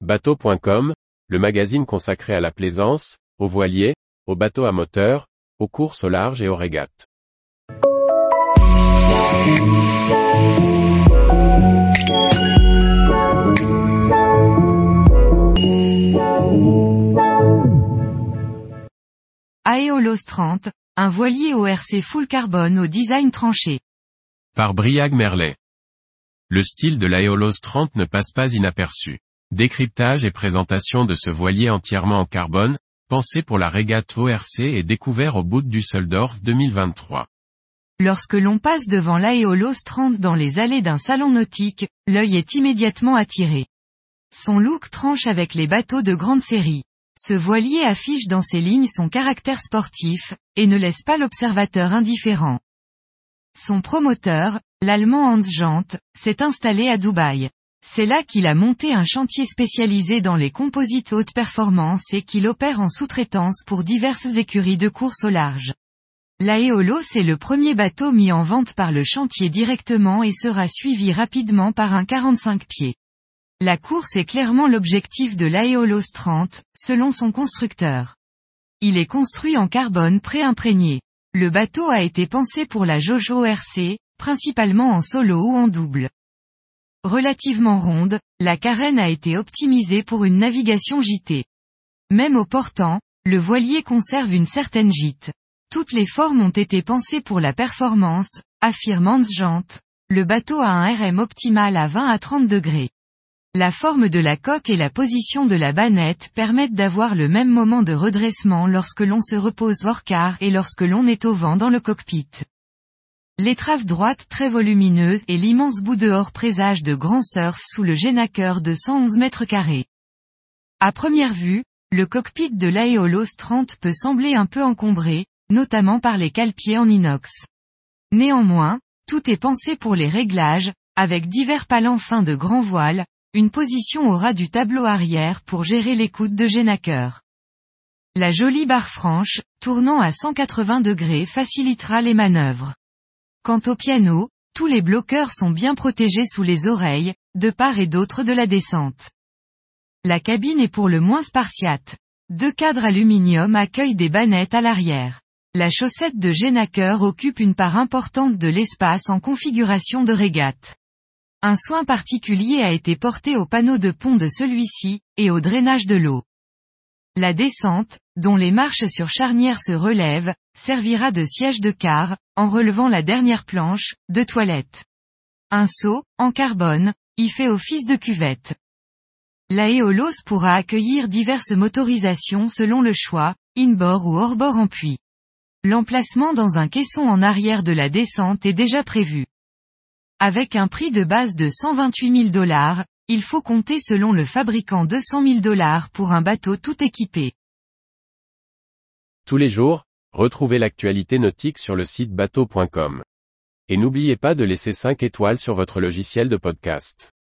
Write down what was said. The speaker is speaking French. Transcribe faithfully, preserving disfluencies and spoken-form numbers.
bateau point com, le magazine consacré à la plaisance, aux voiliers, aux bateaux à moteur, aux courses au large et aux régates. Aeolus trente, un voilier O R C full carbone au design tranché. Par Briag Merlet. Le style de l'Aeolus trente ne passe pas inaperçu. Décryptage et présentation de ce voilier entièrement en carbone, pensé pour la régate O R C et découvert au Boot Düsseldorf deux mille vingt-trois. Lorsque l'on passe devant l'Aeolus trente dans les allées d'un salon nautique, l'œil est immédiatement attiré. Son look tranche avec les bateaux de grande série. Ce voilier affiche dans ses lignes son caractère sportif, et ne laisse pas l'observateur indifférent. Son promoteur, l'allemand Hans Jandt, s'est installé à Dubaï. C'est là qu'il a monté un chantier spécialisé dans les composites haute performance et qu'il opère en sous-traitance pour diverses écuries de course au large. L'Aeolus est le premier bateau mis en vente par le chantier directement et sera suivi rapidement par un quarante-cinq pieds. La course est clairement l'objectif de l'Aeolus trente, selon son constructeur. Il est construit en carbone pré-imprégné. Le bateau a été pensé pour la jauge O R C, principalement en solo ou en double. Relativement ronde, la carène a été optimisée pour une navigation gîtée. Même au portant, le voilier conserve une certaine gîte. Toutes les formes ont été pensées pour la performance, affirme Hans Jandt. Le bateau a un R M optimal à vingt à trente degrés. La forme de la coque et la position de la bannette permettent d'avoir le même moment de redressement lorsque l'on se repose hors quart et lorsque l'on est au vent dans le cockpit. L'étrave droite très volumineuse et l'immense bout dehors présage de grand surf sous le Génaker de cent onze mètres carrés. À première vue, le cockpit de l'Aeolus trente peut sembler un peu encombré, notamment par les cale-pieds en inox. Néanmoins, tout est pensé pour les réglages, avec divers palans fins de grand voile, une position au ras du tableau arrière pour gérer l'écoute de Génaker. La jolie barre franche, tournant à cent quatre-vingts degrés facilitera les manœuvres. Quant au piano, tous les bloqueurs sont bien protégés sous les oreilles, de part et d'autre de la descente. La cabine est pour le moins spartiate. Deux cadres aluminium accueillent des bannettes à l'arrière. La chaussette de Génaker occupe une part importante de l'espace en configuration de régate. Un soin particulier a été porté au panneau de pont de celui-ci, et au drainage de l'eau. La descente, dont les marches sur charnière se relèvent, servira de siège de quart, en relevant la dernière planche, de toilette. Un seau, en carbone, y fait office de cuvette. L'Aeolus pourra accueillir diverses motorisations selon le choix, in-bord ou hors-bord en puits. L'emplacement dans un caisson en arrière de la descente est déjà prévu. Avec un prix de base de cent vingt-huit mille dollars, il faut compter selon le fabricant deux cent mille dollars pour un bateau tout équipé. Tous les jours, retrouvez l'actualité nautique sur le site bateau point com. Et n'oubliez pas de laisser cinq étoiles sur votre logiciel de podcast.